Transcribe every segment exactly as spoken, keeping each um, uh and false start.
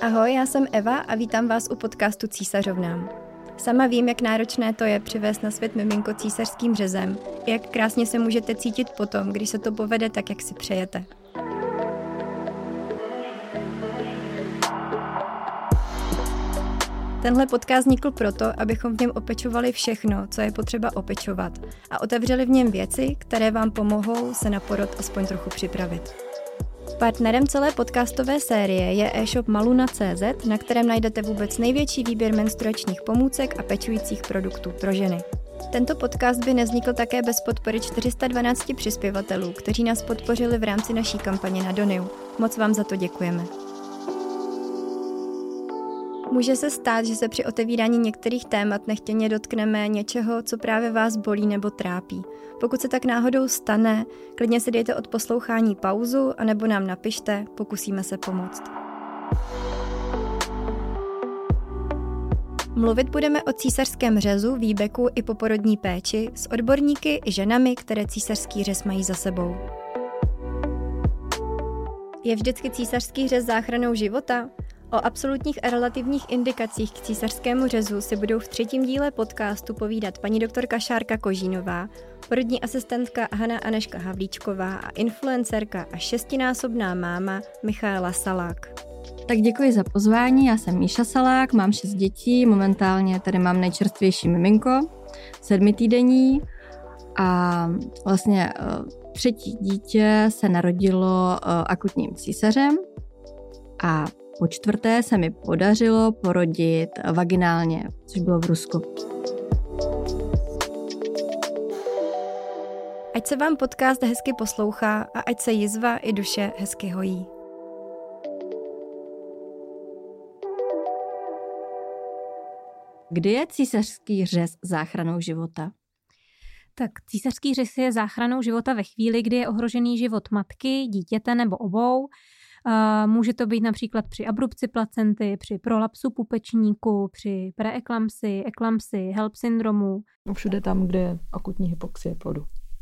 Ahoj, já jsem Eva a vítám vás u podcastu Císařovnám. Sama vím, jak náročné to je přivést na svět miminko císařským řezem, jak krásně se můžete cítit potom, když se to povede tak, jak si přejete. Tenhle podcast vznikl proto, abychom v něm opečovali všechno, co je potřeba opečovat, a otevřeli v něm věci, které vám pomohou se na porod aspoň trochu připravit. Partnerem celé podcastové série je e-shop maluna tečka cé zet, na kterém najdete vůbec největší výběr menstruačních pomůcek a pečujících produktů pro ženy. Tento podcast by nevznikl také bez podpory čtyři sta dvanáct přispěvatelů, kteří nás podpořili v rámci naší kampaně na Doniu. Moc vám za to děkujeme. Může se stát, že se při otevírání některých témat nechtěně dotkneme něčeho, co právě vás bolí nebo trápí. Pokud se tak náhodou stane, klidně si dejte od poslouchání pauzu anebo nám napište, pokusíme se pomoct. Mluvit budeme o císařském řezu, výbeku i poporodní péči s odborníky i ženami, které císařský řez mají za sebou. Je vždycky císařský řez záchranou života? O absolutních a relativních indikacích k císařskému řezu si budou v třetím díle podcastu povídat paní doktorka Šárka Kožínová, porodní asistentka Hana Aneška Havlíčková a influencerka a šestinásobná máma Michaela Salák. Tak děkuji za pozvání, já jsem Míša Salák, mám šest dětí, momentálně tady mám nejčerstvější miminko, sedmitýdenní, a vlastně třetí dítě se narodilo akutním císařem a po čtvrté se mi podařilo porodit vaginálně, což bylo v Rusku. Ať se vám podcast hezky poslouchá a ať se jizva i duše hezky hojí. Kdy je císařský řez záchranou života? Tak císařský řez je záchranou života ve chvíli, kdy je ohrožený život matky, dítěte nebo obou. Může to být například při abrupci placenty, při prolapsu pupečníku, při preeklampsii, eklampsii, HELP syndromu. Všude tam, kde je akutní hypoxie plodu.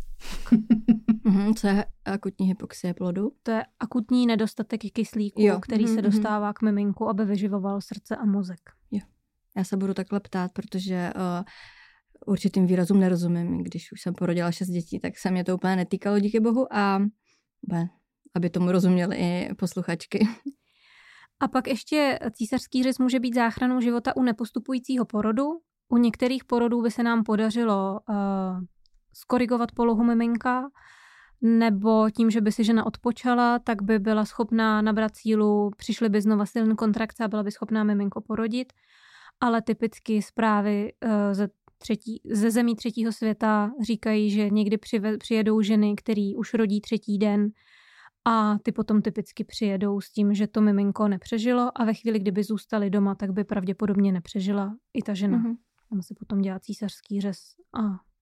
Co je akutní hypoxie plodu? To je akutní nedostatek kyslíku, jo. který mm-hmm. se dostává k miminku, aby vyživoval srdce a mozek. Jo. Já se budu takhle ptát, protože uh, určitým výrazům nerozumím. Když už jsem porodila šest dětí, tak se mě to úplně netýkalo, díky bohu, a ben. aby tomu rozuměli i posluchačky. A pak ještě císařský řez může být záchranou života u nepostupujícího porodu. U některých porodů by se nám podařilo uh, skorigovat polohu miminka, nebo tím, že by si žena odpočala, tak by byla schopná nabrat sílu, přišly by znova silné kontrakce a byla by schopná miminko porodit. Ale typicky zprávy uh, ze, třetí, ze zemí třetího světa říkají, že někdy přive, přijedou ženy, které už rodí třetí den, a ty potom typicky přijedou s tím, že to miminko nepřežilo, a ve chvíli, kdyby zůstali doma, tak by pravděpodobně nepřežila i ta žena. Mm-hmm. Tam se potom dělá císařský řez, a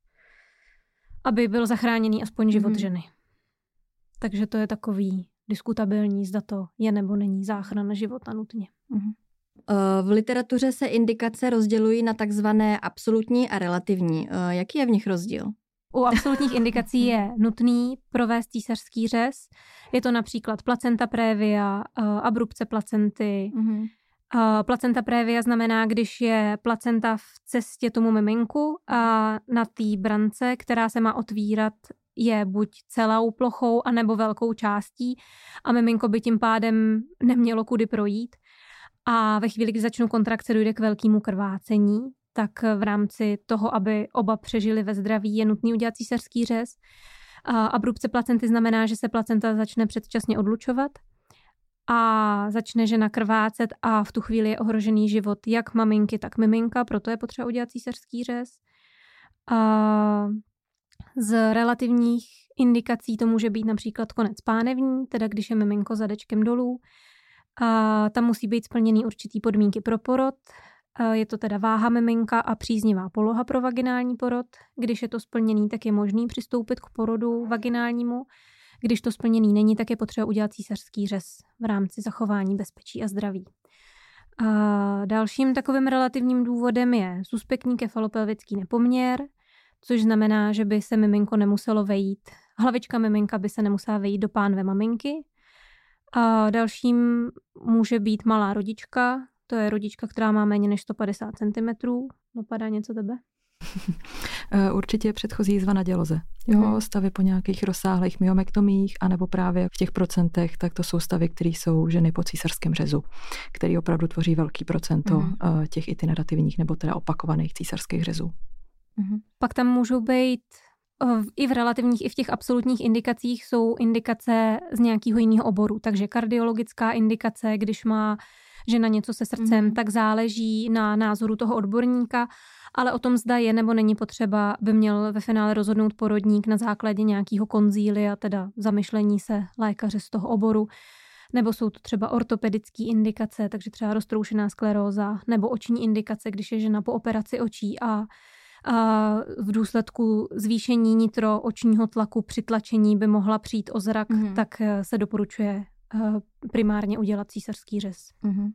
aby byl zachráněný aspoň život mm-hmm. ženy. Takže to je takový diskutabilní, zda to je nebo není záchrana života nutně. Mm-hmm. V literatuře se indikace rozdělují na takzvané absolutní a relativní. Jaký je v nich rozdíl? U absolutních indikací je nutný provést císařský řez. Je to například placenta prévia, abrupce placenty. Mm-hmm. Placenta prévia znamená, když je placenta v cestě tomu miminku a na té brance, která se má otvírat, je buď celou plochou, anebo velkou částí, a miminko by tím pádem nemělo kudy projít. A ve chvíli, kdy začnou kontrakce, dojde k velkému krvácení, tak v rámci toho, aby oba přežili ve zdraví, je nutný udělat císařský řez. A abrupce placenty znamená, že se placenta začne předčasně odlučovat a začne žena krvácet, a v tu chvíli je ohrožený život jak maminky, tak miminka, proto je potřeba udělat císařský řez. A z relativních indikací to může být například konec pánevní, teda když je miminko zadečkem dolů. A tam musí být splněný určitý podmínky pro porod. Je to teda váha miminka a příznivá poloha pro vaginální porod. Když je to splněný, tak je možný přistoupit k porodu vaginálnímu. Když to splněný není, tak je potřeba udělat císařský řez v rámci zachování bezpečí a zdraví. A dalším takovým relativním důvodem je suspektní kefalopelvický nepoměr, což znamená, že by se miminko nemuselo vejít, hlavička miminka by se nemusela vejít do pánve maminky. A dalším může být malá rodička, to je rodička, která má méně než sto padesát centimetrů. Napadá něco tebe? Určitě předchozí jízva na děloze. Jo, mm. stavy po nějakých rozsáhlých myomektomích, anebo právě v těch procentech, tak to jsou stavy, které jsou ženy po císařském řezu, který opravdu tvoří velký procento mm. těch itinerativních nebo teda opakovaných císařských řezů. Mm. Pak tam můžou být i v relativních, i v těch absolutních indikacích jsou indikace z nějakého jiného oboru. Takže kardiologická indikace, když má žena něco se srdcem, mm. tak záleží na názoru toho odborníka, ale o tom, zda je nebo není potřeba, by měl ve finále rozhodnout porodník na základě nějakého konzília, teda zamyšlení se lékaře z toho oboru. Nebo jsou to třeba ortopedické indikace, takže třeba roztroušená skleróza, nebo oční indikace, když je žena po operaci očí a a v důsledku zvýšení nitroočního tlaku při tlačení by mohla přijít o zrak, mm-hmm. tak se doporučuje primárně udělat císařský řez. Mm-hmm.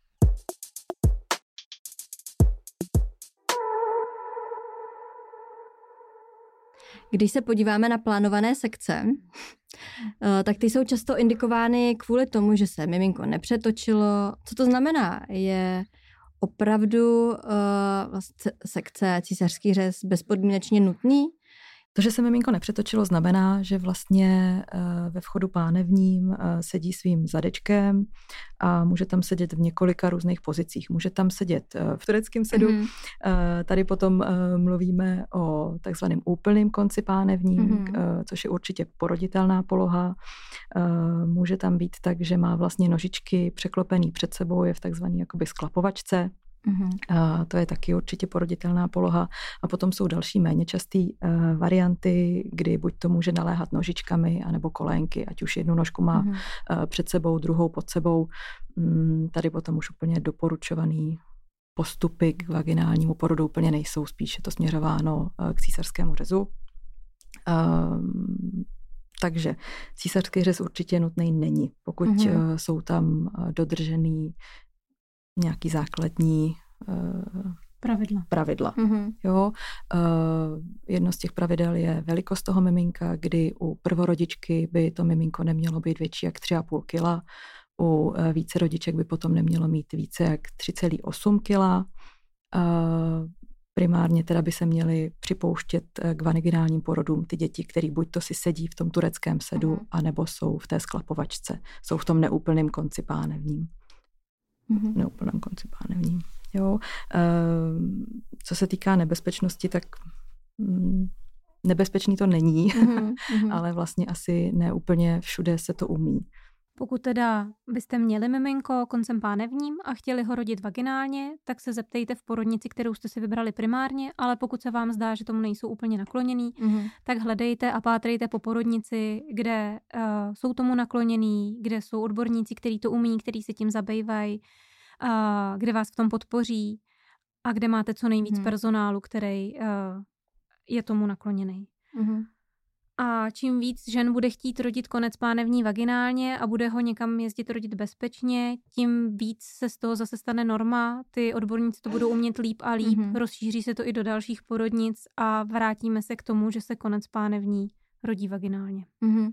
Když se podíváme na plánované sekce, tak ty jsou často indikovány kvůli tomu, že se miminko nepřetočilo. Co to znamená? Je opravdu uh, vlastně sekce císařský řez bezpodmínečně nutný? To, že se miminko nepřetočilo, znamená, že vlastně uh, ve vchodu pánevním uh, sedí svým zadečkem a může tam sedět v několika různých pozicích. Může tam sedět uh, v tureckém sedu. Mm-hmm. Uh, tady potom uh, mluvíme o takzvaném úplném konci pánevním, mm-hmm. uh, což je určitě poroditelná poloha. Uh, může tam být tak, že má vlastně nožičky překlopený před sebou, je v takzvané jakoby sklapovačce. Mm-hmm. Uh, to je taky určitě poroditelná poloha. A potom jsou další méně časté uh, varianty, kdy buď to může naléhat nožičkami, anebo kolénky, ať už jednu nožku má mm-hmm. uh, před sebou, druhou pod sebou. Um, tady potom už úplně doporučovaný postupy k vaginálnímu porodu úplně nejsou, spíš je to směřováno uh, k císařskému řezu. Uh, takže císařský řez určitě nutný není, pokud mm-hmm. uh, jsou tam uh, dodržený nějaký základní uh, pravidla. pravidla. Mm-hmm. Jo? Uh, jedno z těch pravidel je velikost toho miminka, kdy u prvorodičky by to miminko nemělo být větší jak tři a půl kila, u uh, více rodiček by potom nemělo mít více jak tři celá osm kila. Uh, primárně teda by se měly připouštět k vaginálním porodům ty děti, které buď to si sedí v tom tureckém sedu, mm-hmm. anebo jsou v té sklapovačce, jsou v tom neúplném konci pánevním. Mm-hmm. neúplném konci pánevním. Jo. E, co se týká nebezpečnosti, tak mm, nebezpečný to není, mm-hmm. ale vlastně asi ne úplně všude se to umí. Pokud teda byste měli miminko koncem pánevním a chtěli ho rodit vaginálně, tak se zeptejte v porodnici, kterou jste si vybrali primárně, ale pokud se vám zdá, že tomu nejsou úplně nakloněný, mm-hmm. tak hledejte a pátrejte po porodnici, kde uh, jsou tomu nakloněný, kde jsou odborníci, kteří to umí, kteří se tím zabývají, uh, kde vás v tom podpoří a kde máte co nejvíc mm-hmm. personálu, který uh, je tomu nakloněný. Mm-hmm. A čím víc žen bude chtít rodit konec pánevní vaginálně a bude ho někam jezdit rodit bezpečně, tím víc se z toho zase stane norma, ty odborníci to budou umět líp a líp, mm-hmm. rozšíří se to i do dalších porodnic a vrátíme se k tomu, že se konec pánevní rodí vaginálně. Mm-hmm.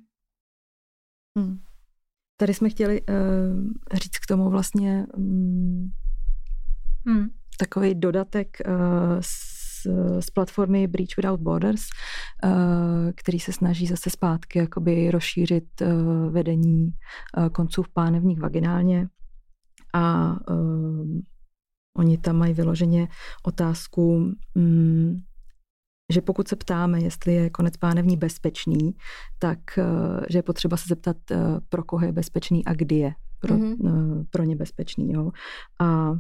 Hmm. Tady jsme chtěli uh, říct k tomu vlastně um, hmm. takový dodatek uh, s z platformy Breach Without Borders, který se snaží zase zpátky jakoby rozšířit vedení konců pánevních vaginálně a um, oni tam mají vyloženě otázku, um, že pokud se ptáme, jestli je konec pánevní bezpečný, tak uh, že je potřeba se zeptat, uh, pro koho je bezpečný a kdy je pro, mm-hmm. uh, pro ně bezpečný. Jo? A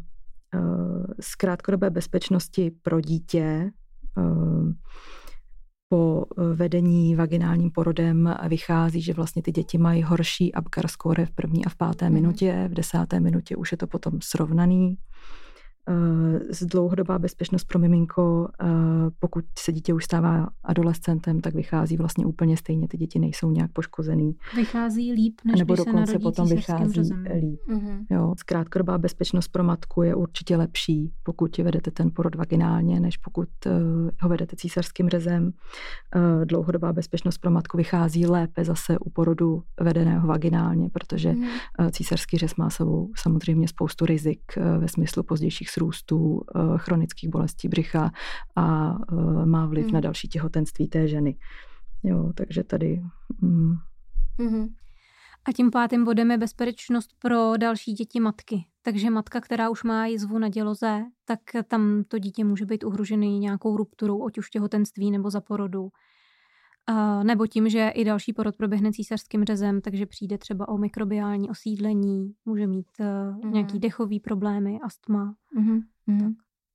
z krátkodobé bezpečnosti pro dítě po vedení vaginálním porodem vychází, že vlastně ty děti mají horší Apgar score v první a v páté minutě, v desáté minutě už je to potom srovnaný. Z dlouhodobá bezpečnost pro miminko, pokud se dítě už stává adolescentem, tak vychází vlastně úplně stejně. Ty děti nejsou nějak poškozený. Vychází líp, než nebo když se dokonce narodí potom vychází řezem. líp. Mm-hmm. Jo. Krátkodobá bezpečnost pro matku je určitě lepší, pokud vedete ten porod vaginálně, než pokud ho vedete císařským řezem. Dlouhodobá bezpečnost pro matku vychází lépe zase u porodu vedeného vaginálně, protože mm. císařský řez má sebou samozřejmě spoustu rizik ve smyslu pozdějších růstů, chronických bolestí břicha a má vliv mm. na další těhotenství té ženy. Jo, takže tady... Mm. Mm-hmm. A tím pátým bodem je bezpečnost pro další děti matky. Takže matka, která už má jizvu na děloze, tak tam to dítě může být uhrožený nějakou rupturou, ať už těhotenství nebo za porodu. A nebo tím, že i další porod proběhne císařským řezem, takže přijde třeba o mikrobiální osídlení, může mít uh, mm. nějaký dechový problémy, astma. Mm-hmm. Mm-hmm.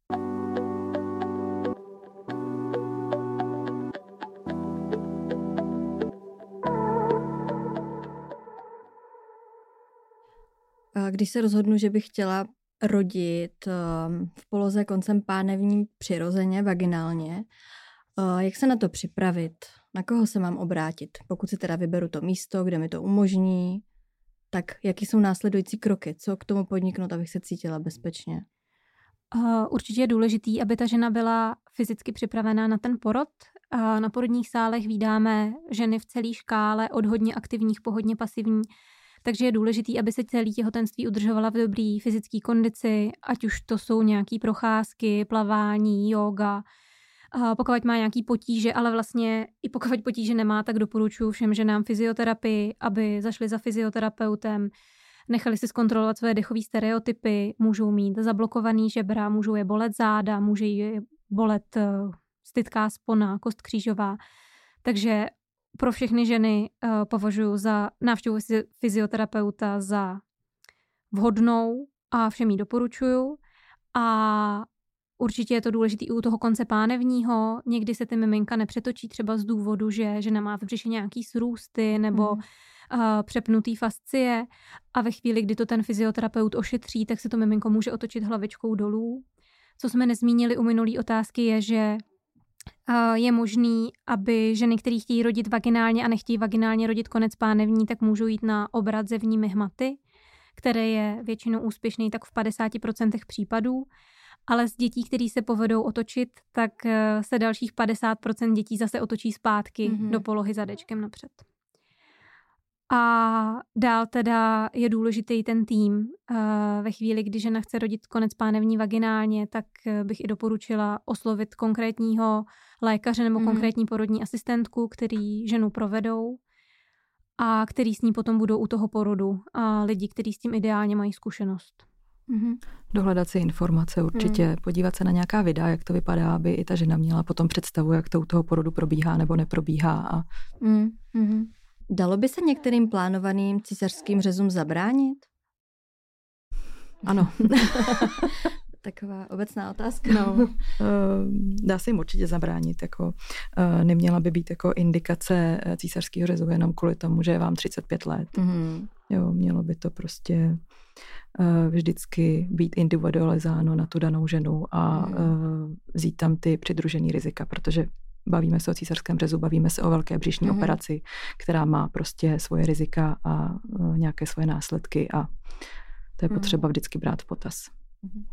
Když se rozhodnu, že bych chtěla rodit v poloze koncem pánevním přirozeně, vaginálně, jak se na to připravit? Na koho se mám obrátit? Pokud si teda vyberu to místo, kde mi to umožní, tak jaký jsou následující kroky? Co k tomu podniknout, abych se cítila bezpečně? Určitě je důležitý, aby ta žena byla fyzicky připravená na ten porod. Na porodních sálech vídáme ženy v celé škále, od hodně aktivních po hodně pasivní. Takže je důležitý, aby se celé těhotenství udržovala v dobré fyzické kondici, ať už to jsou nějaké procházky, plavání, jóga. Pokud má nějaký potíže, ale vlastně i pokud potíže nemá, tak doporučuji všem ženám fyzioterapii, aby zašli za fyzioterapeutem, nechali si zkontrolovat své dechové stereotypy, můžou mít zablokovaný žebra, můžou je bolet záda, může je bolet stytká spona, kost křížová. Takže pro všechny ženy uh, považuji za návštěvu fyzioterapeuta za vhodnou a všem ji doporučuju. A určitě je to důležité i u toho konce pánevního. Někdy se ty miminka nepřetočí třeba z důvodu, že žena má v břiše nějaký srůsty nebo mm. uh, přepnutý fascie. A ve chvíli, kdy to ten fyzioterapeut ošetří, tak se to miminko může otočit hlavičkou dolů. Co jsme nezmínili u minulý otázky je, že je možný, aby ženy, které chtějí rodit vaginálně a nechtějí vaginálně rodit konec pánevní, tak můžou jít na obrat zevními hmaty, které je většinou úspěšný tak v padesát procent případů, ale z dětí, které se povedou otočit, tak se dalších padesát procent dětí zase otočí zpátky mm-hmm. do polohy zadečkem napřed. A dál teda je důležitý ten tým. Ve chvíli, kdy žena chce rodit konec pánevní vaginálně, tak bych i doporučila oslovit konkrétního lékaře nebo mm. konkrétní porodní asistentku, který ženu provedou a který s ní potom budou u toho porodu. A lidi, kteří s tím ideálně mají zkušenost. Mm-hmm. Dohledat si informace určitě, mm. podívat se na nějaká videa, jak to vypadá, aby i ta žena měla potom představu, jak to u toho porodu probíhá nebo neprobíhá. A... Mm. Mm-hmm. Dalo by se některým plánovaným císařským řezům zabránit? Ano. Taková obecná otázka. No, dá se jim určitě zabránit. Jako, neměla by být jako indikace císařského řezu jenom kvůli tomu, že je vám třicet pět let. Mm-hmm. Jo, mělo by to prostě vždycky být individualizováno na tu danou ženu a mm. vzít tam ty přidružený rizika, protože bavíme se o císařském řezu, bavíme se o velké břišní mm-hmm. operaci, která má prostě svoje rizika a nějaké svoje následky a to je potřeba vždycky brát v potaz. Mm-hmm.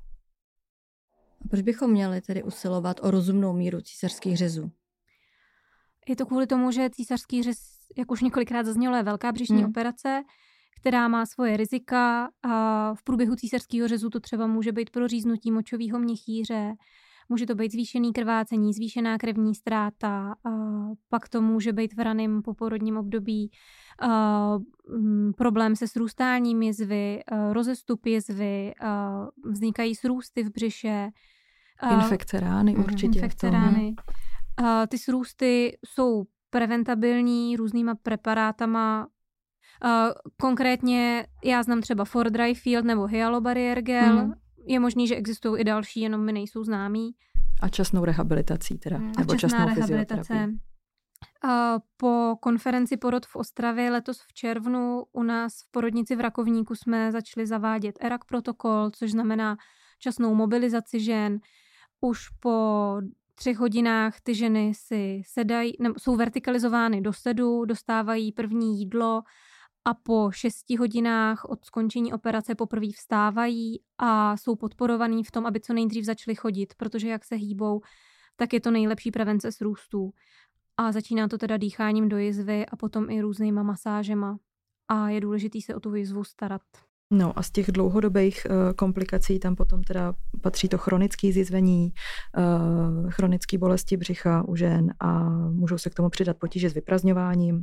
A proč bychom měli tedy usilovat o rozumnou míru císařských řezů? Je to kvůli tomu, že císařský řez, jak už několikrát zaznělo, je velká břišní mm. operace, která má svoje rizika a v průběhu císařského řezu to třeba může být proříznutí močového měchýře, může to být zvýšený krvácení, zvýšená krevní ztráta, a pak to může být v raném poporodním období a, m, problém se srůstáním jizvy, a, rozestup jizvy, a, vznikají srůsty v břiše. A, infekce rány určitě. Infekce rány. A, ty srůsty jsou preventabilní různýma preparátama. A, konkrétně já znám třeba Fordray Field nebo Hyalobarier gel. Hmm. Je možný, že existují i další, jenom mi nejsou známí. A časnou rehabilitací teda, a nebo časnou rehabilitace. Po konferenci Porod v Ostravě letos v červnu u nás v porodnici v Rakovníku jsme začali zavádět E R A C protokol, což znamená včasnou mobilizaci žen. Už po třech hodinách ty ženy si sedají, nebo jsou vertikalizovány do sedu, dostávají první jídlo a po šesti hodinách od skončení operace poprvé vstávají a jsou podporovaný v tom, aby co nejdřív začaly chodit, protože jak se hýbou, tak je to nejlepší prevence s růstů. A začíná to teda dýcháním do jizvy a potom i různýma masážema. A je důležitý se o tu jizvu starat. No a z těch dlouhodobých uh, komplikací tam potom teda patří to chronické zjizvení, uh, chronické bolesti břicha u žen a můžou se k tomu přidat potíže s vyprazňováním.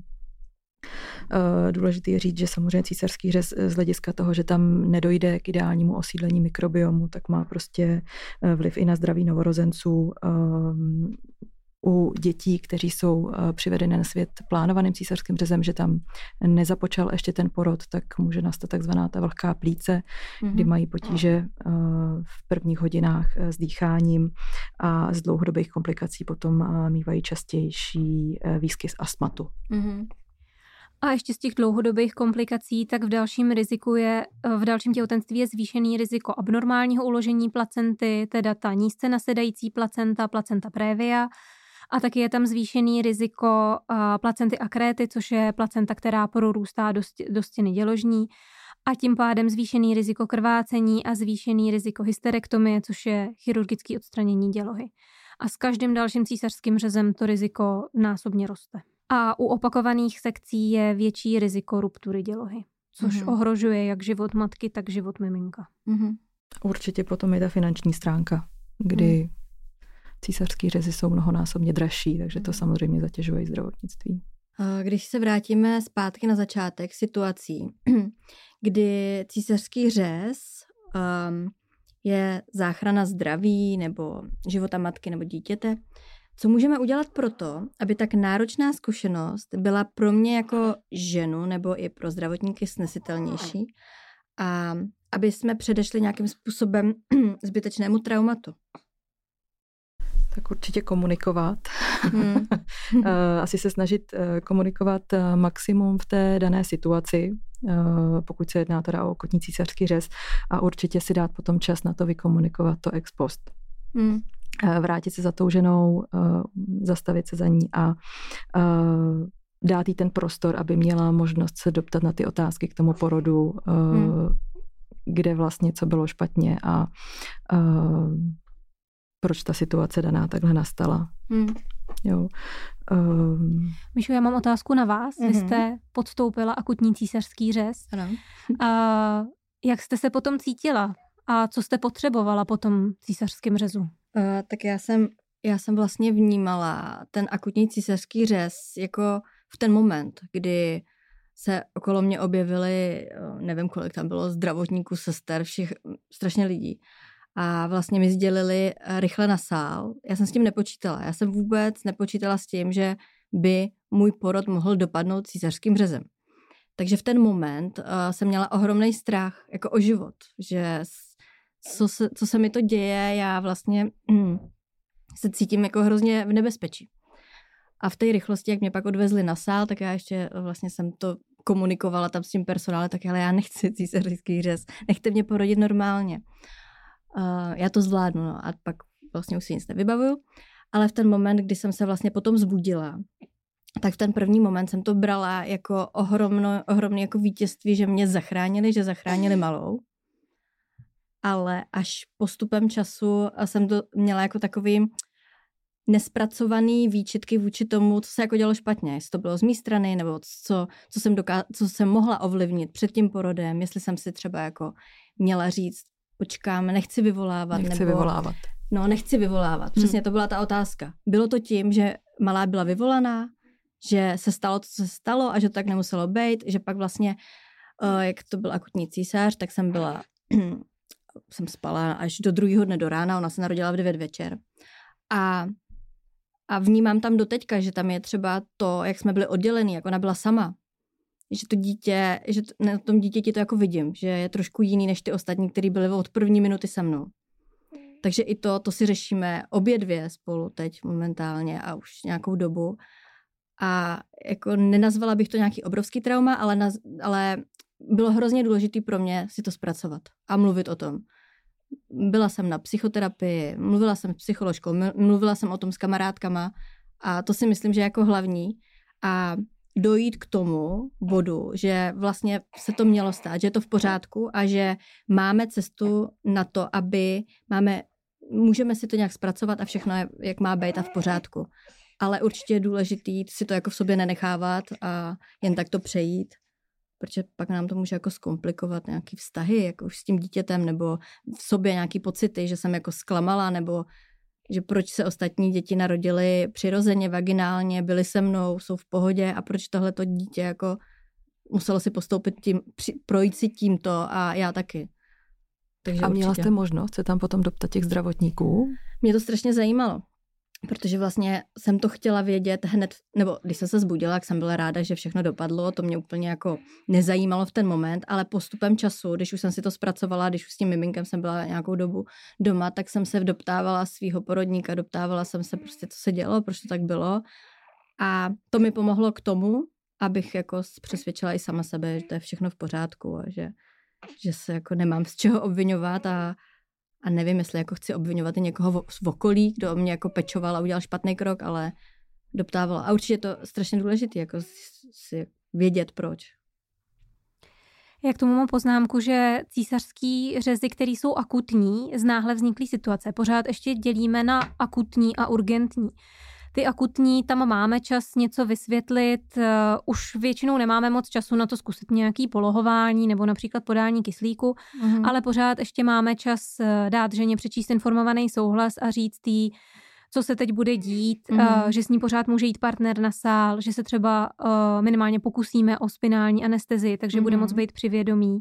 Uh, důležité je říct, že samozřejmě císařský řez z hlediska toho, že tam nedojde k ideálnímu osídlení mikrobiomu, tak má prostě vliv i na zdraví novorozenců. Uh, u dětí, kteří jsou přivedeny na svět plánovaným císařským řezem, že tam nezapočal ještě ten porod, tak může nastat takzvaná ta vlhká plíce, mm-hmm. kdy mají potíže v prvních hodinách s dýcháním a z dlouhodobých komplikací potom mívají častější výskyt astmatu. Mm-hmm. A ještě z těch dlouhodobých komplikací, tak v dalším riziku je, v dalším těhotenství je zvýšený riziko abnormálního uložení placenty, teda ta nízce nasedající placenta, placenta previa. A taky je tam zvýšený riziko placenty akréty, což je placenta, která prorůstá do, do stěny děložní. A tím pádem zvýšený riziko krvácení a zvýšený riziko hysterektomie, což je chirurgické odstranění dělohy. A s každým dalším císařským řezem to riziko násobně roste. A u opakovaných sekcí je větší riziko ruptury dělohy, což mm-hmm. ohrožuje jak život matky, tak život miminka. Mm-hmm. Určitě potom je ta finanční stránka, kdy mm. císařský řezy jsou mnohonásobně dražší, takže to samozřejmě zatěžuje i zdravotnictví. Když se vrátíme zpátky na začátek situací, kdy císařský řez um, je záchrana zdraví nebo života matky nebo dítěte, co můžeme udělat pro to, aby tak náročná zkušenost byla pro mě jako ženu nebo i pro zdravotníky snesitelnější a aby jsme předešli nějakým způsobem zbytečnému traumatu? Tak určitě komunikovat. Hmm. Asi se snažit komunikovat maximum v té dané situaci, pokud se jedná teda o akutní císařský řez a určitě si dát potom čas na to vykomunikovat to ex post. Hmm. Vrátit se za tou ženou, zastavit se za ní a dát jí ten prostor, aby měla možnost se doptat na ty otázky k tomu porodu, hmm. kde vlastně co bylo špatně a proč ta situace daná takhle nastala. Hmm. Jo. Um... Míšo, já mám otázku na vás. Mm-hmm. Vy jste podstoupila akutní císařský řez. Ano. A jak jste se potom cítila? A co jste potřebovala po tom císařském řezu? Uh, tak já jsem, já jsem vlastně vnímala ten akutní císařský řez jako v ten moment, kdy se okolo mě objevili, nevím kolik tam bylo, zdravotníků, sester, všech, strašně lidí. A vlastně mi sdělili rychle na sál. Já jsem s tím nepočítala. Já jsem vůbec nepočítala s tím, že by můj porod mohl dopadnout císařským řezem. Takže v ten moment uh, jsem měla ohromný strach jako o život, že co se, co se mi to děje, já vlastně mm, se cítím jako hrozně v nebezpečí. A v té rychlosti, jak mě pak odvezli na sál, tak já ještě vlastně jsem to komunikovala tam s tím personálem, tak ale já nechci císařský řez, nechte mě porodit normálně. Uh, já to zvládnu, no, a pak vlastně už si nic nevybavuju, ale v ten moment, kdy jsem se vlastně potom zbudila, tak v ten první moment jsem to brala jako ohromno, ohromný jako vítězství, že mě zachránili, že zachránili malou, ale až postupem času jsem to měla jako takový nespracovaný výčitky vůči tomu, co se jako dělo špatně, jestli to bylo z mé strany, nebo co, co, jsem doká- co jsem mohla ovlivnit před tím porodem, jestli jsem si třeba jako měla říct, počkáme, nechci vyvolávat. Nechci nebo, vyvolávat. No, nechci vyvolávat. Přesně hmm. to byla ta otázka. Bylo to tím, že malá byla vyvolaná, že se stalo to, co se stalo a že to tak nemuselo být, že pak vlastně, uh, jak to byl akutní císař, tak jsem byla, jsem spala až do druhého dne do rána, ona se narodila v devět večer. A, a vnímám tam doteďka, že tam je třeba to, jak jsme byli oddělení, jak ona byla sama. Že to dítě, že to, na tom dítěti to jako vidím, že je trošku jiný než ty ostatní, který byli od první minuty se mnou. Takže i to, to si řešíme obě dvě spolu teď momentálně a už nějakou dobu. A jako nenazvala bych to nějaký obrovský trauma, ale, naz, ale bylo hrozně důležitý pro mě si to zpracovat a mluvit o tom. Byla jsem na psychoterapii, mluvila jsem s psycholožkou, mluvila jsem o tom s kamarádkama a to si myslím, že je jako hlavní. A dojít k tomu bodu, že vlastně se to mělo stát, že je to v pořádku a že máme cestu na to, aby máme, můžeme si to nějak zpracovat a všechno je, jak má být a v pořádku. Ale určitě je důležitý si to jako v sobě nenechávat a jen tak to přejít, protože pak nám to může jako zkomplikovat nějaký vztahy, jako už s tím dítětem, nebo v sobě nějaký pocity, že jsem jako zklamala, nebo že proč se ostatní děti narodily přirozeně, vaginálně, byly se mnou, jsou v pohodě a proč tohleto dítě jako muselo si postoupit tím, při, projít si tímto a já taky. Takže a měla určitě. Jste možnost se tam potom doptat těch zdravotníků? Mě to strašně zajímalo, protože vlastně jsem to chtěla vědět hned, nebo když jsem se zbudila, tak jsem byla ráda, že všechno dopadlo, to mě úplně jako nezajímalo v ten moment, ale postupem času, když už jsem si to zpracovala, když už s tím miminkem jsem byla nějakou dobu doma, tak jsem se doptávala svýho porodníka, doptávala jsem se prostě, co se dělo, proč to tak bylo a to mi pomohlo k tomu, abych jako přesvědčila i sama sebe, že to je všechno v pořádku a že, že se jako nemám z čeho obvinovat a A nevím, jestli jako chci obvinovat i někoho z okolí, kdo mě jako pečoval a udělal špatný krok, ale doptával. A určitě je to strašně důležité, jako si vědět, proč. Já k tomu mám poznámku, že císařský řezy, které jsou akutní, z náhle vzniklý situace, pořád ještě dělíme na akutní a urgentní. Ty akutní, tam máme čas něco vysvětlit, uh, už většinou nemáme moc času na to zkusit nějaký polohování nebo například podání kyslíku, mm. ale pořád ještě máme čas uh, dát ženě přečíst informovaný souhlas a říct jí, co se teď bude dít, mm. uh, že s ní pořád může jít partner na sál, že se třeba uh, minimálně pokusíme o spinální anestezii, takže mm. bude moct být při vědomí.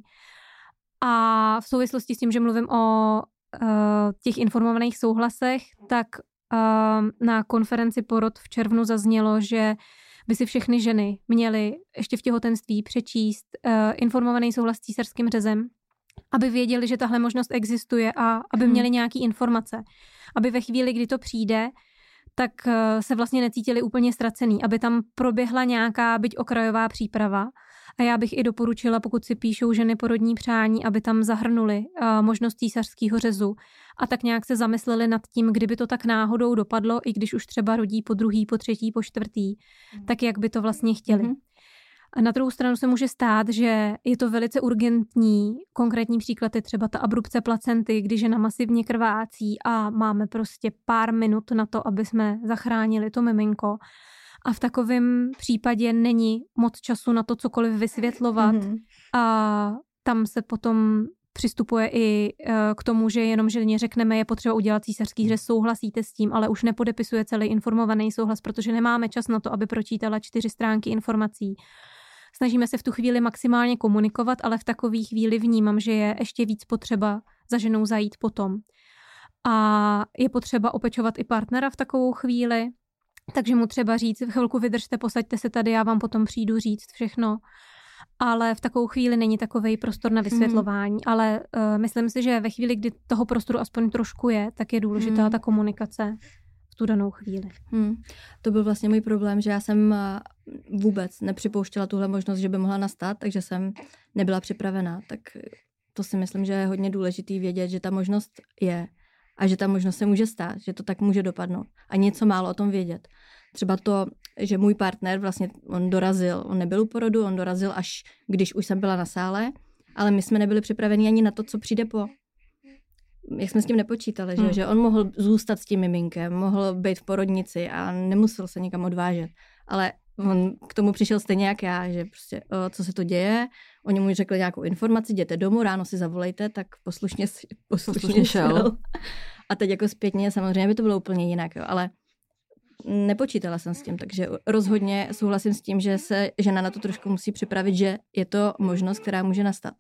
A v souvislosti s tím, že mluvím o uh, těch informovaných souhlasech, tak na konferenci Porod v červnu zaznělo, že by si všechny ženy měly ještě v těhotenství přečíst informovaný souhlas s císařským řezem, aby věděli, že tahle možnost existuje a aby měli nějaký informace. Aby ve chvíli, kdy to přijde, tak se vlastně necítili úplně ztracený, aby tam proběhla nějaká, byť okrajová příprava. A já bych i doporučila, pokud si píšou ženy porodní přání, aby tam zahrnuli uh, možnost císařského řezu a tak nějak se zamysleli nad tím, kdyby to tak náhodou dopadlo, i když už třeba rodí po druhý, po třetí, po čtvrtý, mm. tak jak by to vlastně chtěli. Mm. A na druhou stranu se může stát, že je to velice urgentní. Konkrétní příklad je třeba ta abrupce placenty, kdy žena masivně krvácí a máme prostě pár minut na to, aby jsme zachránili to miminko. A v takovém případě není moc času na to cokoliv vysvětlovat mm-hmm. a tam se potom přistupuje i k tomu, že jenom ženě řekneme, je potřeba udělat císařský řez, souhlasíte s tím, ale už nepodepisuje celý informovaný souhlas, protože nemáme čas na to, aby pročítala čtyři stránky informací. Snažíme se v tu chvíli maximálně komunikovat, ale v takové chvíli vnímám, že je ještě víc potřeba za ženou zajít potom. A je potřeba opečovat i partnera v takovou chvíli, takže mu třeba říct, chvilku vydržte, posaďte se tady, já vám potom přijdu říct všechno. Ale v takovou chvíli není takovej prostor na vysvětlování. Mm. Ale uh, myslím si, že ve chvíli, kdy toho prostoru aspoň trošku je, tak je důležitá mm. ta komunikace v tu danou chvíli. Mm. To byl vlastně můj problém, že já jsem vůbec nepřipouštěla tuhle možnost, že by mohla nastat, takže jsem nebyla připravená. Tak to si myslím, že je hodně důležitý vědět, že ta možnost je. A že ta možnost se může stát, že to tak může dopadnout. A něco málo o tom vědět. Třeba to, že můj partner vlastně, on dorazil, on nebyl u porodu, on dorazil až když už jsem byla na sále, ale my jsme nebyli připraveni ani na to, co přijde po. Jak jsme s tím nepočítali, hmm. že, že on mohl zůstat s tím miminkem, mohl být v porodnici a nemusel se nikam odvážet. Ale on k tomu přišel stejně jak já, že prostě, o, co se to děje, oni mu řekli nějakou informaci, jděte domů, ráno si zavolejte, tak poslušně, poslušně, poslušně šel. šel. A teď jako zpětně samozřejmě by to bylo úplně jinak, jo, ale nepočítala jsem s tím, takže rozhodně souhlasím s tím, že se žena na to trošku musí připravit, že je to možnost, která může nastat.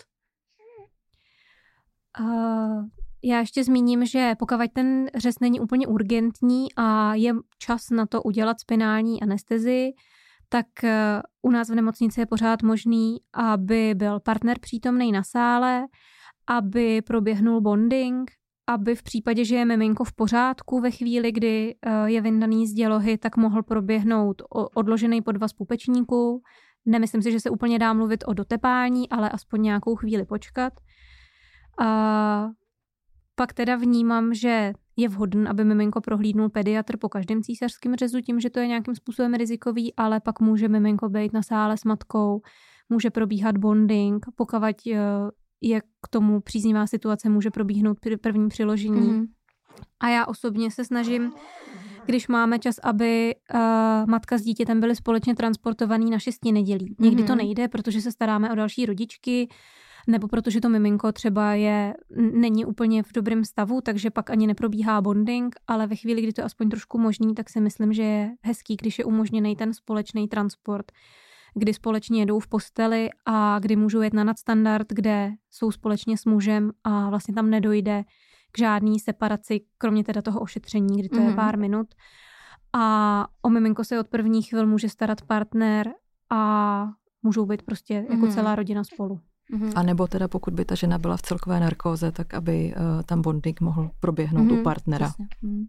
Uh, já ještě zmíním, že pokud ten řez není úplně urgentní a je čas na to udělat spinální anestezii, tak u nás v nemocnici je pořád možný, aby byl partner přítomný na sále, aby proběhnul bonding, aby v případě, že je miminko v pořádku ve chvíli, kdy je vyndaný z dělohy, tak mohl proběhnout odložený podvaz pupečníku. Nemyslím si, že se úplně dá mluvit o dotepání, ale aspoň nějakou chvíli počkat. A Pak teda vnímám, že je vhodný, aby miminko prohlídnul pediatr po každém císařském řezu tím, že to je nějakým způsobem rizikový, ale pak může miminko být na sále s matkou, může probíhat bonding, pokud je k tomu příznivá situace, může probíhnout první přiložení. Mm-hmm. A já osobně se snažím, když máme čas, aby uh, matka s dítětem byly společně transportovaný na šesti nedělí. Někdy mm-hmm. to nejde, protože se staráme o další rodičky, nebo protože to miminko třeba je, není úplně v dobrém stavu, takže pak ani neprobíhá bonding, ale ve chvíli, kdy to je aspoň trošku možný, tak si myslím, že je hezký, když je umožněný ten společný transport, kdy společně jedou v posteli a kdy můžou jet na nadstandard, kde jsou společně s mužem a vlastně tam nedojde k žádný separaci, kromě teda toho ošetření, kdy to mm-hmm. je pár minut. A o miminko se od prvních chvil může starat partner a můžou být prostě jako mm-hmm. celá rodina spolu. Mm-hmm. A nebo teda pokud by ta žena byla v celkové narkóze, tak aby uh, tam bonding mohl proběhnout mm-hmm. u partnera. Mm.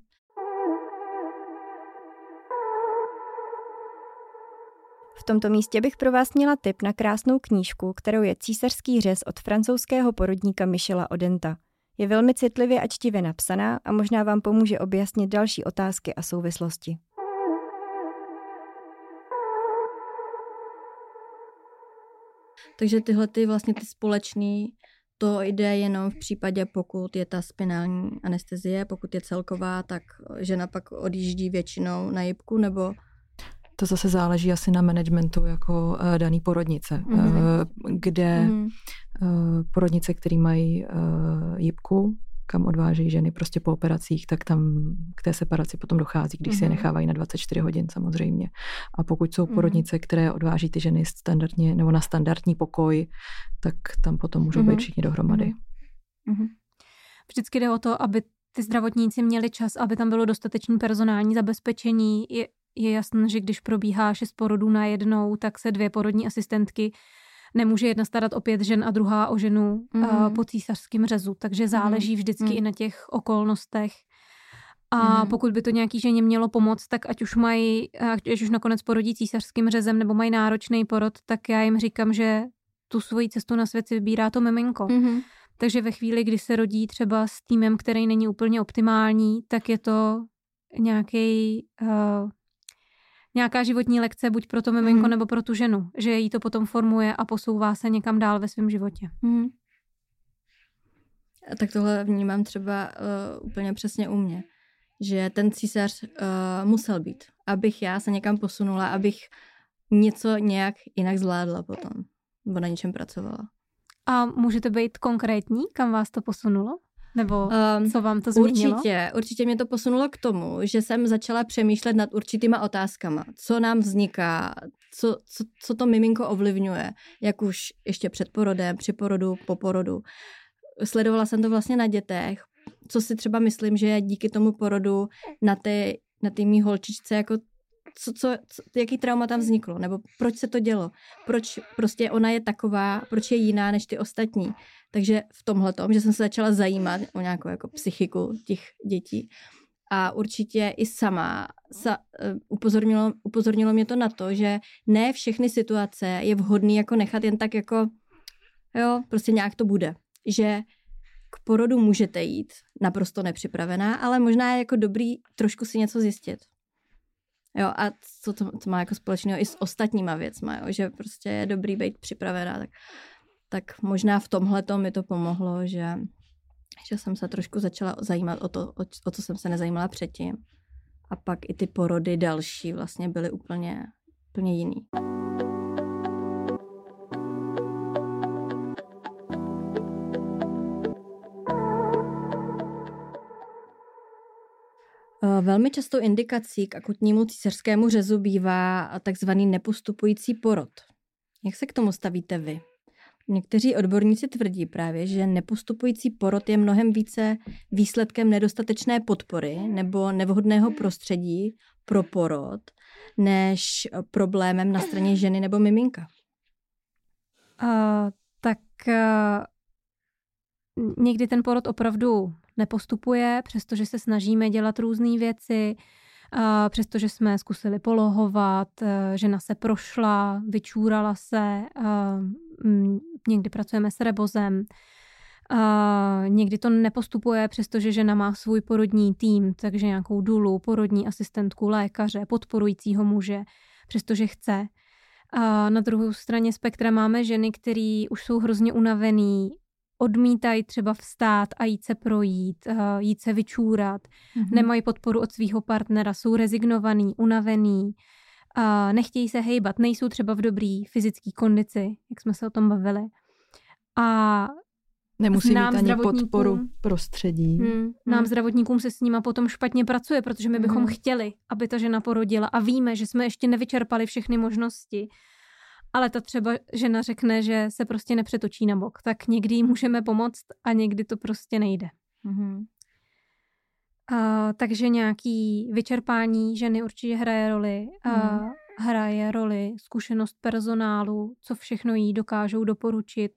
V tomto místě bych pro vás měla tip na krásnou knížku, kterou je Císařský řez od francouzského porodníka Michela Odenta. Je velmi citlivě a čtivě napsaná a možná vám pomůže objasnit další otázky a souvislosti. Takže tyhle ty vlastně ty společný, to jde jenom v případě, pokud je ta spinální anestezie, pokud je celková, tak žena pak odjíždí většinou na jipku, nebo... To zase záleží asi na managementu jako uh, daný porodnice, mm-hmm. uh, kde mm-hmm. uh, porodnice, které mají uh, jipku, kam odvážejí ženy prostě po operacích, tak tam k té separaci potom dochází, když mm-hmm. si je nechávají na dvacet čtyři hodin samozřejmě. A pokud jsou porodnice, mm-hmm. které odváží ty ženy standardně nebo na standardní pokoj, tak tam potom můžou mm-hmm. být všichni dohromady. Mm-hmm. Vždycky jde o to, aby ty zdravotníci měli čas, aby tam bylo dostatečné personální zabezpečení. Je, je jasné, že když probíhá šest porodů najednou, tak se dvě porodní asistentky nemůže jedna starat o pět žen a druhá o ženu mm-hmm. uh, po císařském řezu, takže záleží vždycky mm-hmm. i na těch okolnostech. A mm-hmm. pokud by to nějaký ženě mělo pomoct, tak ať už mají, ať už nakonec porodí císařským řezem nebo mají náročný porod, tak já jim říkám, že tu svoji cestu na svět si vybírá to miminko. Mm-hmm. Takže ve chvíli, kdy se rodí třeba s týmem, který není úplně optimální, tak je to nějaký... Uh, nějaká životní lekce, buď pro to miminko, mm. nebo pro tu ženu, že jí to potom formuje a posouvá se někam dál ve svém životě. Mm. Tak tohle vnímám třeba uh, úplně přesně u mě, že ten císař uh, musel být, abych já se někam posunula, abych něco nějak jinak zvládla potom, nebo na něčem pracovala. A můžete být konkrétní, kam vás to posunulo? Nebo um, co vám to změnilo? Určitě, určitě mě to posunulo k tomu, že jsem začala přemýšlet nad určitýma otázkama. Co nám vzniká, co, co, co to miminko ovlivňuje, jak už ještě před porodem, při porodu, po porodu. Sledovala jsem to vlastně na dětech, co si třeba myslím, že díky tomu porodu na té na té mý holčičce, jako co, co, co, jaký trauma tam vzniklo, nebo proč se to dělo, proč prostě ona je taková, proč je jiná než ty ostatní. Takže v tomhletom, že jsem se začala zajímat o nějakou jako psychiku těch dětí a určitě i sama sa, uh, upozornilo, upozornilo mě to na to, že ne všechny situace je vhodný jako nechat jen tak jako, jo, prostě nějak to bude. Že k porodu můžete jít naprosto nepřipravená, ale možná je jako dobrý trošku si něco zjistit. Jo, a co to, to má jako společného i s ostatníma věcma, jo, že prostě je dobrý být připravená, tak, tak možná v tomhletom mi to pomohlo, že, že jsem se trošku začala zajímat o to, o, o co jsem se nezajímala předtím. A pak i ty porody další vlastně byly úplně, úplně jiný. Velmi častou indikací k akutnímu císařskému řezu bývá takzvaný nepostupující porod. Jak se k tomu stavíte vy? Někteří odborníci tvrdí právě, že nepostupující porod je mnohem více výsledkem nedostatečné podpory nebo nevhodného prostředí pro porod, než problémem na straně ženy nebo miminka. Uh, tak uh, někdy ten porod opravdu nepostupuje, přestože se snažíme dělat různé věci, přestože jsme zkusili polohovat, žena se prošla, vyčůrala se, někdy pracujeme s rebozem. A někdy to nepostupuje, přestože žena má svůj porodní tým, takže nějakou dulu, porodní asistentku, lékaře, podporujícího muže, přestože chce. A na druhou straně spektra máme ženy, které už jsou hrozně unavený, odmítají třeba vstát a jít se projít, jít se vyčůrat, mm-hmm. nemají podporu od svého partnera, jsou rezignovaný, unavený, a nechtějí se hejbat, nejsou třeba v dobrý fyzické kondici, jak jsme se o tom bavili. A nemusí mít ani podporu prostředí. Hmm, nám hmm. zdravotníkům se s nima potom špatně pracuje, protože my bychom hmm. chtěli, aby ta žena porodila a víme, že jsme ještě nevyčerpali všechny možnosti. Ale ta třeba žena řekne, že se prostě nepřetočí na bok. Tak někdy jí můžeme pomoct a někdy to prostě nejde. Hmm. A, takže nějaký vyčerpání ženy určitě hraje roli. A hmm. hraje roli zkušenost personálu, co všechno jí dokážou doporučit,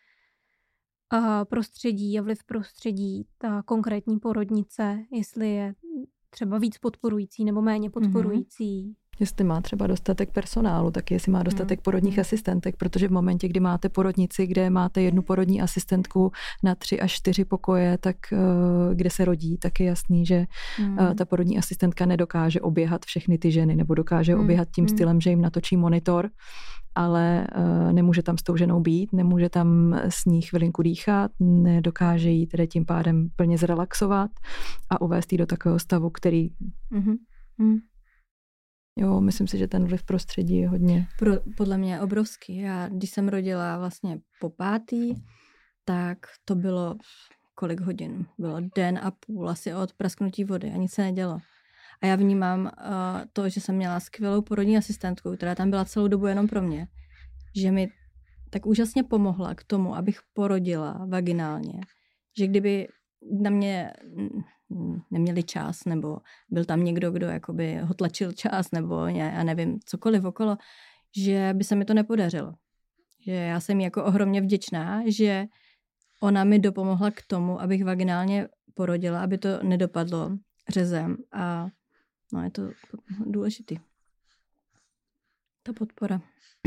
a prostředí a vliv prostředí, ta konkrétní porodnice, jestli je třeba víc podporující nebo méně podporující. Mm-hmm. Jestli má třeba dostatek personálu, tak jestli má dostatek mm-hmm. porodních asistentek, protože v momentě, kdy máte porodnici, kde máte jednu porodní asistentku na tři až čtyři pokoje, tak kde se rodí, tak je jasný, že mm-hmm. ta porodní asistentka nedokáže oběhat všechny ty ženy, nebo dokáže mm-hmm. oběhat tím stylem, že jim natočí monitor, ale uh, nemůže tam s tou ženou být, nemůže tam s ní chvilinku dýchat, nedokáže jí tedy tím pádem plně zrelaxovat a uvést jí do takového stavu, který... Mm-hmm. Mm. Jo, myslím si, že ten vliv prostředí je hodně... Pro, podle mě je obrovský. Já, když jsem rodila vlastně po pátý, tak to bylo kolik hodin? Bylo den a půl asi od prasknutí vody a nic se nedělo. A já vnímám uh, to, že jsem měla skvělou porodní asistentku, která tam byla celou dobu jenom pro mě, že mi tak úžasně pomohla k tomu, abych porodila vaginálně, že kdyby na mě neměli čas, nebo byl tam někdo, kdo jakoby ho tlačil čas, nebo ne, já nevím, cokoliv okolo, že by se mi to nepodařilo. Že já jsem jí jako ohromně vděčná, že ona mi dopomohla k tomu, abych vaginálně porodila, aby to nedopadlo řezem a no, je to důležitý. Ta podpora.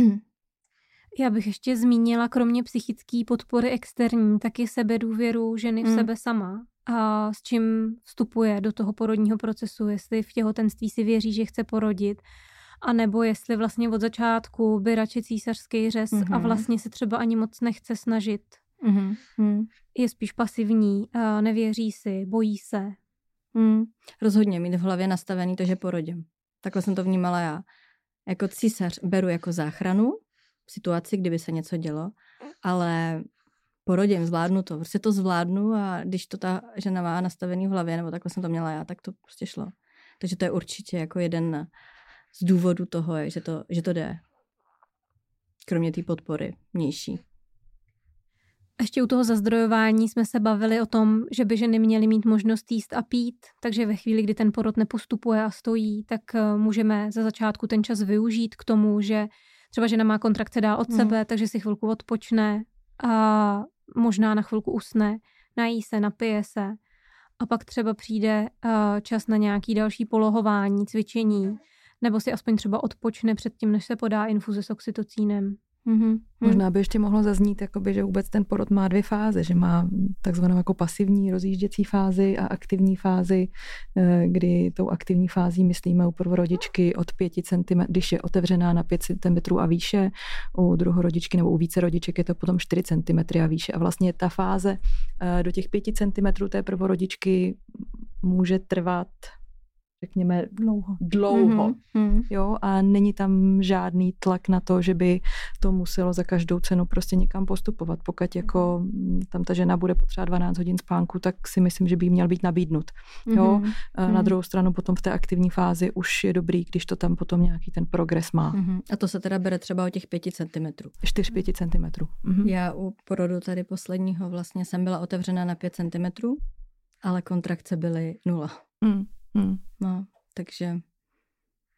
Já bych ještě zmínila, kromě psychické podpory externí, taky sebedůvěru ženy v mm. sebe sama. A s čím vstupuje do toho porodního procesu, jestli v těhotenství si věří, že chce porodit, anebo jestli vlastně od začátku by radši císařský řez mm-hmm. a vlastně se třeba ani moc nechce snažit. Mm-hmm. Je spíš pasivní, nevěří si, bojí se. Mm. Rozhodně mít v hlavě nastavený to, že porodím. Takhle jsem to vnímala já. Jako císař beru jako záchranu v situaci, kdyby se něco dělo, ale porodím, zvládnu to. Prostě to zvládnu a když to ta žena má nastavený v hlavě, nebo takhle jsem to měla já, tak to prostě šlo. Takže to je určitě jako jeden z důvodů toho, že to, že to jde. Kromě té podpory vnější. Ještě u toho zazdrojování jsme se bavili o tom, že by ženy měly mít možnost jíst a pít, takže ve chvíli, kdy ten porod nepostupuje a stojí, tak můžeme za začátku ten čas využít k tomu, že třeba žena má kontrakce dál od hmm. sebe, takže si chvilku odpočne a možná na chvilku usne, nají se, napije se a pak třeba přijde čas na nějaký další polohování, cvičení, nebo si aspoň třeba odpočne před tím, než se podá infuze s oxytocínem. Mm-hmm. Možná by ještě mohlo zaznít, jakoby, že vůbec ten porod má dvě fáze, že má takzvanou jako pasivní rozjížděcí fázi a aktivní fázi, kdy tou aktivní fází myslíme u prvorodičky od pěti centimetrů, když je otevřená na pět centimetrů a výše, u druhorodičky nebo u více rodiček je to potom čtyři centimetry a výše. A vlastně ta fáze do těch pěti centimetrů té prvorodičky může trvat řekněme dlouho, dlouho mm-hmm. jo, a není tam žádný tlak na to, že by to muselo za každou cenu prostě někam postupovat. Pokud jako tam ta žena bude potřebovat dvanáct hodin spánku, tak si myslím, že by jí měl být nabídnut. Jo, mm-hmm. Na druhou stranu potom v té aktivní fázi už je dobrý, když to tam potom nějaký ten progres má. Mm-hmm. A to se teda bere třeba o těch pěti centimetrů. čtyři pěti centimetrů. Mm-hmm. Já u porodu tady posledního vlastně jsem byla otevřena na pět centimetrů, ale kontrakce byly nula. Mm. Hmm. No, takže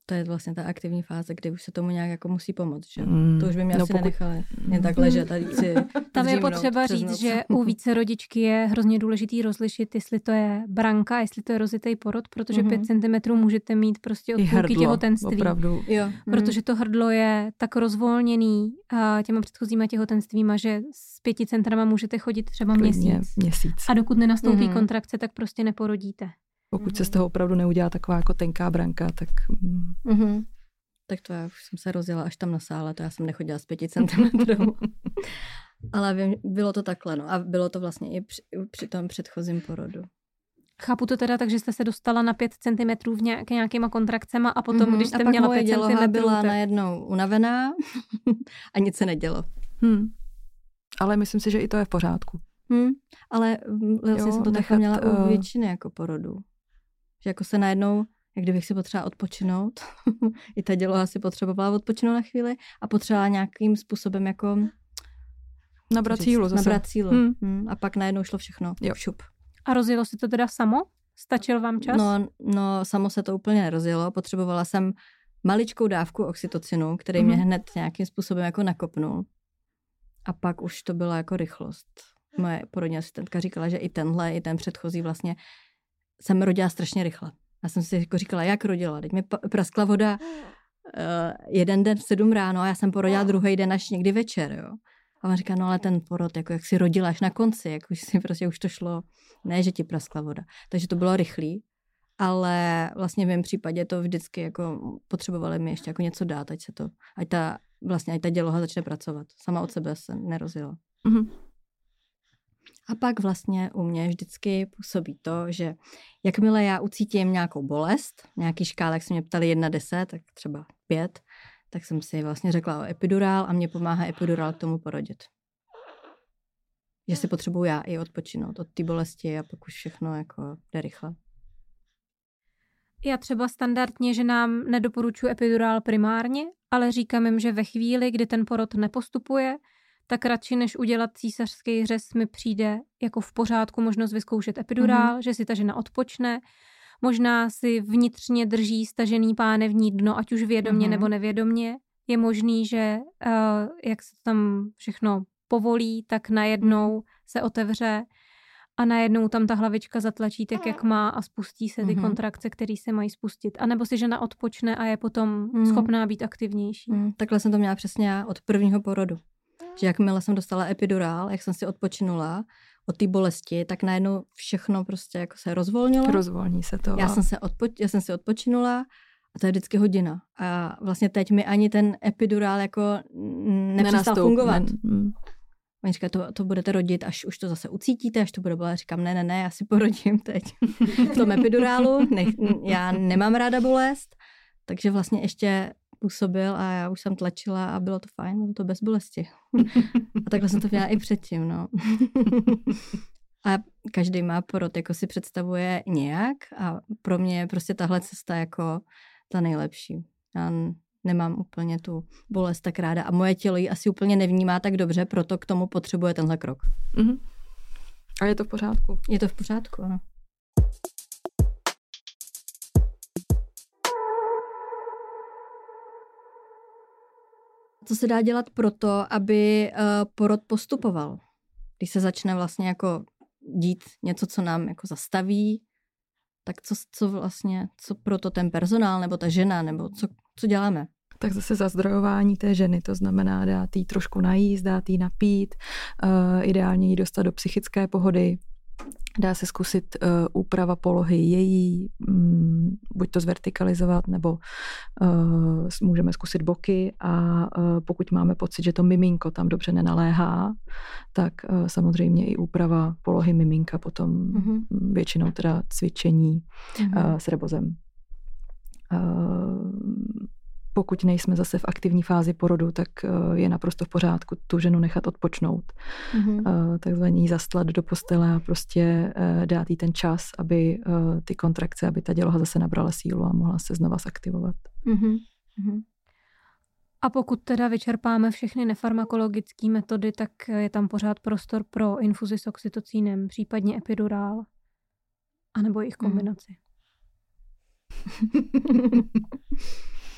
to je vlastně ta aktivní fáze, kdy už se tomu nějak jako musí pomoct, že? Mm. To už by mě no, asi pokud... nenechali jen tak ležet a si tam je potřeba říct, že u více rodičky je hrozně důležitý rozlišit, jestli to je branka, jestli to je rozitej porod, protože mm-hmm. pět centimetrů můžete mít prostě od půlky těhotenství. Opravdu. Jo. Protože to hrdlo je tak rozvolněný a těma předchozíma těhotenstvíma, že s pěti centrama můžete chodit třeba měsíc. měsíc. A dokud nenastoupí mm-hmm. kontrakce, tak prostě neporodíte. Pokud se z toho opravdu neudělá taková jako tenká branka, tak... Mm-hmm. Tak to já už jsem se rozjela až tam na sále, to já jsem nechodila z pěti centimetrů. Ale vím, bylo to takhle, no. A bylo to vlastně i při, při tom předchozím porodu. Chápu to teda tak, že jste se dostala na pět centimetrů v nějak, nějakýma kontrakcema a potom, mm-hmm. když jste a měla pět centimetrů... byla tak... najednou unavená a nic se nedělo. Hmm. Ale myslím si, že i to je v pořádku. Hmm. Ale vlastně jo, jsem to nechat, měla uh... u většiny jako porodů. Že jako se najednou, jak kdybych si potřebovala odpočinout, i ta děloha si potřebovala odpočinout na chvíli a potřebovala nějakým způsobem jako... Nabrat sílu zase. Nabrat sílu. Hmm. Hmm. A pak najednou šlo všechno. Jo. Šup. A rozjelo se to teda samo? Stačil vám čas? No, no, samo se to úplně nerozjelo. Potřebovala jsem maličkou dávku oxytocinu, který mm-hmm. mě hned nějakým způsobem jako nakopnul. A pak už to byla jako rychlost. Moje porodní asistentka říkala, že i tenhle, i ten předchozí vlastně jsem rodila strašně rychle. Já jsem si jako říkala, jak rodila. Teď mi praskla voda uh, jeden den v sedm ráno a já jsem porodila druhý den až někdy večer, jo. A on říká, no ale ten porod, jako jak si rodila až na konci, jak už si prostě už to šlo, ne, že ti praskla voda. Takže to bylo rychlý, ale vlastně v mém případě to vždycky jako potřebovali mi ještě jako něco dát, ať se to, ať ta, vlastně ať ta děloha začne pracovat. Sama od sebe se nerozjela. Mm-hmm. A pak vlastně u mě vždycky působí to, že jakmile já ucítím nějakou bolest, nějaký škál, jak se mě ptali jedna deset, tak třeba pět, tak jsem si vlastně řekla o epidurál a mě pomáhá epidurál k tomu porodit. Že si potřebuju já i odpočinout od té bolesti a pak už všechno jako jde rychle. Já třeba standardně, že nám nedoporučuji epidurál primárně, ale říkám jim, že ve chvíli, kdy ten porod nepostupuje, tak radši než udělat císařský řez mi přijde jako v pořádku možnost vyzkoušet epidurál, mm-hmm. že si ta žena odpočne, možná si vnitřně drží stažený pánevní dno, ať už vědomě mm-hmm. nebo nevědomě. Je možný, že uh, jak se tam všechno povolí, tak najednou se otevře a najednou tam ta hlavička zatlačí tak, jak má a spustí se ty mm-hmm. kontrakce, které se mají spustit. A nebo si žena odpočne a je potom mm. schopná být aktivnější. Mm. Takhle jsem to měla přesně já od prvního porodu. Že jakmile jsem dostala epidurál, jak jsem si odpočinula od té bolesti, tak najednou všechno prostě jako se rozvolnilo. Rozvolní se to. Já jsem, se odpo- já jsem si odpočinula a to je vždycky hodina. A vlastně teď mi ani ten epidurál jako nepřestal fungovat. Ne, Oni říkají, to, to budete rodit, až už to zase ucítíte, až to bude bolet. Říkám, ne, ne, ne, já si porodím teď v tom epidurálu. Ne, já nemám ráda bolest, takže vlastně ještě působil a já už jsem tlačila a bylo to fajn, bylo to bez bolesti. A takhle jsem to měla i předtím, no. A každý má porod, jako si představuje nějak a pro mě je prostě tahle cesta jako ta nejlepší. Já nemám úplně tu bolest tak ráda a moje tělo ji asi úplně nevnímá tak dobře, proto k tomu potřebuje tenhle krok. Mm-hmm. A je to v pořádku? Je to v pořádku, ano. Co se dá dělat proto, aby uh, porod postupoval? Když se začne vlastně jako dít něco, co nám jako zastaví, tak co, co vlastně, co proto ten personál nebo ta žena, nebo co, co děláme? Tak zase zazdrojování té ženy, to znamená dát jí trošku najíst, dát jí napít, uh, ideálně jí dostat do psychické pohody. Dá se zkusit uh, úprava polohy její, um, buď to zvertikalizovat, nebo uh, můžeme zkusit boky a uh, pokud máme pocit, že to miminko tam dobře nenaléhá, tak uh, samozřejmě i úprava polohy miminka potom mm-hmm. většinou teda cvičení mm-hmm. uh, s rebozem. Uh, Pokud nejsme zase v aktivní fázi porodu, tak je naprosto v pořádku tu ženu nechat odpočnout. Mm-hmm. Takzvaně jí zastlat do postele a prostě dát jí ten čas, aby ty kontrakce, aby ta děloha zase nabrala sílu a mohla se znova zaktivovat. Mm-hmm. A pokud teda vyčerpáme všechny nefarmakologické metody, tak je tam pořád prostor pro infuzi s oxytocínem, případně epidurál, anebo jejich kombinaci. Mm.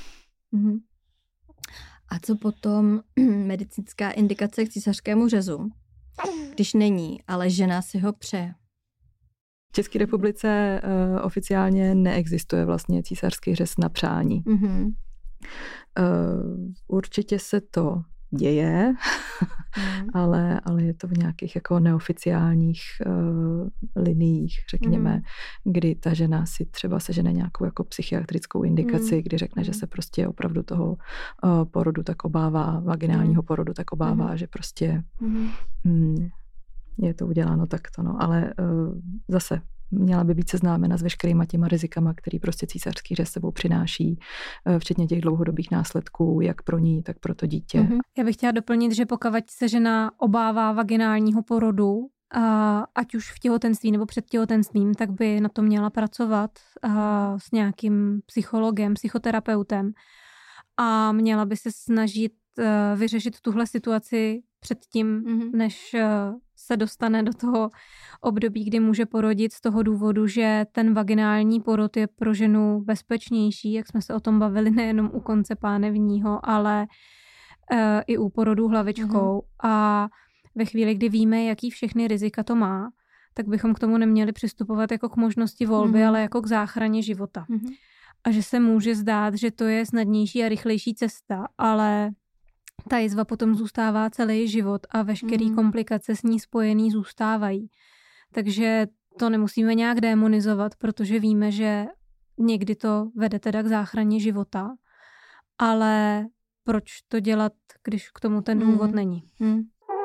Mm-hmm. A co potom medicínská indikace k císařskému řezu, když není, ale žena si ho přeje? V České republice uh, oficiálně neexistuje vlastně císařský řez na přání. Mm-hmm. Uh, určitě se to děje, mm. ale, ale je to v nějakých jako neoficiálních uh, liniích, řekněme, mm. kdy ta žena si třeba sežene nějakou jako psychiatrickou indikaci, mm. kdy řekne, mm. že se prostě opravdu toho uh, porodu tak obává, vaginálního mm. porodu tak obává, mm. že prostě mm. Mm, je to uděláno takto, no. Ale uh, zase měla by být seznámena s veškerýma těma rizikama, který prostě císařský řez sebou přináší, včetně těch dlouhodobých následků, jak pro ní, tak pro to dítě. Mm-hmm. Já bych chtěla doplnit, že pokud se žena obává vaginálního porodu, a ať už v těhotenství nebo před těhotenstvím, tak by na to měla pracovat a s nějakým psychologem, psychoterapeutem a měla by se snažit vyřešit tuhle situaci předtím, mm-hmm. než se dostane do toho období, kdy může porodit, z toho důvodu, že ten vaginální porod je pro ženu bezpečnější, jak jsme se o tom bavili nejenom u konce pánevního, ale e, i u porodu hlavičkou. Mm-hmm. A ve chvíli, kdy víme, jaký všechny rizika to má, tak bychom k tomu neměli přistupovat jako k možnosti volby, mm-hmm. ale jako k záchraně života. Mm-hmm. A že se může zdát, že to je snadnější a rychlejší cesta, ale ta jizva potom zůstává celý život a veškerý mm. komplikace s ní spojený zůstávají. Takže to nemusíme nějak démonizovat, protože víme, že někdy to vede teda k záchraně života, ale proč to dělat, když k tomu ten důvod mm. není? Mm.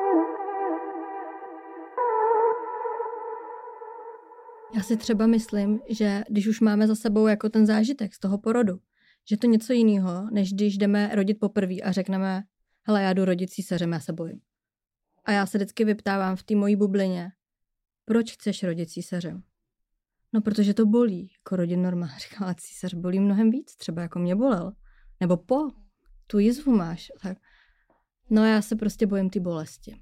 Já si třeba myslím, že když už máme za sebou jako ten zážitek z toho porodu, že to něco jiného, než když jdeme rodit poprvé a řekneme, hele, já jdu rodit císařem, já se bojím. A já se vždycky vyptávám v té mojí bublině, proč chceš rodit císařem? No, protože to bolí, jako rodit normálně. Říkám, ale císař bolí mnohem víc, třeba jako mě bolel. Nebo po, tu jizvu máš. Tak. No já se prostě bojím té bolesti.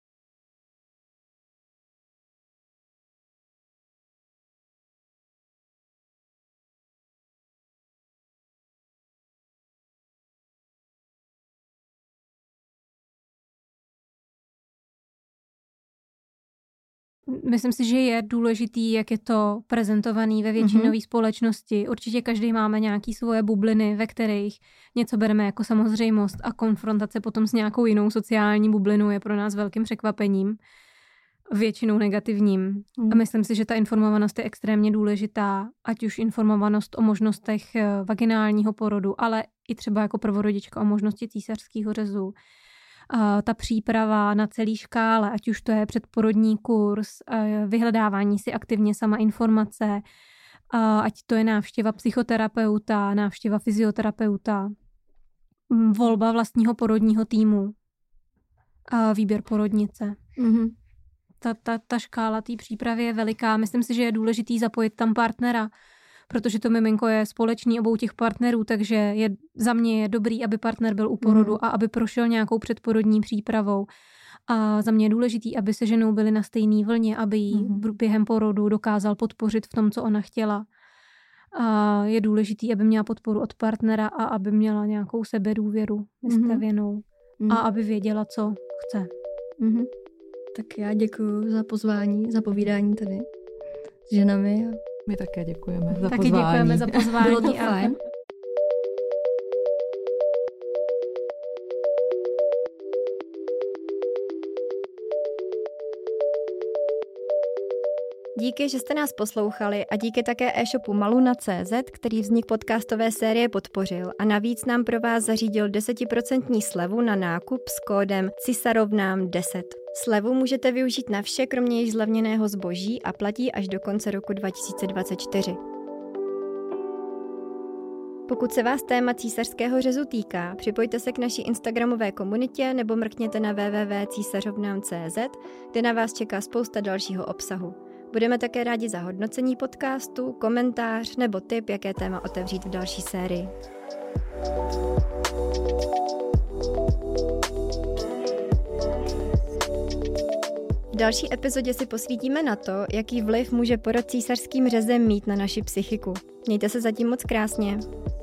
Myslím si, že je důležitý, jak je to prezentovaný ve většinové mm-hmm. společnosti. Určitě každý máme nějaký svoje bubliny, ve kterých něco bereme jako samozřejmost a konfrontace potom s nějakou jinou sociální bublinou je pro nás velkým překvapením, většinou negativním. Mm. A myslím si, že ta informovanost je extrémně důležitá, ať už informovanost o možnostech vaginálního porodu, ale i třeba jako prvorodička o možnosti císařského řezu. Uh, ta příprava na celý škále, ať už to je předporodní kurz, uh, vyhledávání si aktivně sama informace, uh, ať to je návštěva psychoterapeuta, návštěva fyzioterapeuta, um, volba vlastního porodního týmu, uh, výběr porodnice. Mm-hmm. Ta, ta, ta škála té přípravy je veliká. Myslím si, že je důležitý zapojit tam partnera, protože to miminko je společný obou těch partnerů, takže je, za mě je dobrý, aby partner byl u porodu mm. a aby prošel nějakou předporodní přípravou. A za mě je důležitý, aby se ženou byli na stejné vlně, aby jí mm. během porodu dokázal podpořit v tom, co ona chtěla. A je důležitý, aby měla podporu od partnera a aby měla nějakou sebedůvěru vystavěnou mm. a aby věděla, co chce. Mm. Tak já děkuji za pozvání, za povídání tady s ženami. My také děkujeme za taky pozvání. Taky děkujeme za pozvání. Bylo to fajn. Díky, že jste nás poslouchali a díky také e-shopu maluna tečka cé zet, který vznik podcastové série podpořil a navíc nám pro vás zařídil desetiprocentní slevu na nákup s kódem cisarovnám deset. Slevu můžete využít na vše, kromě již zlevněného zboží a platí až do konce roku dva tisíce dvacet čtyři. Pokud se vás téma císařského řezu týká, připojte se k naší instagramové komunitě nebo mrkněte na w w w tečka cisarovnám tečka cé zet, kde na vás čeká spousta dalšího obsahu. Budeme také rádi za hodnocení podcastu, komentář nebo tip, jaké téma otevřít v další sérii. V další epizodě si posvítíme na to, jaký vliv může porod císařským řezem mít na naši psychiku. Mějte se zatím moc krásně.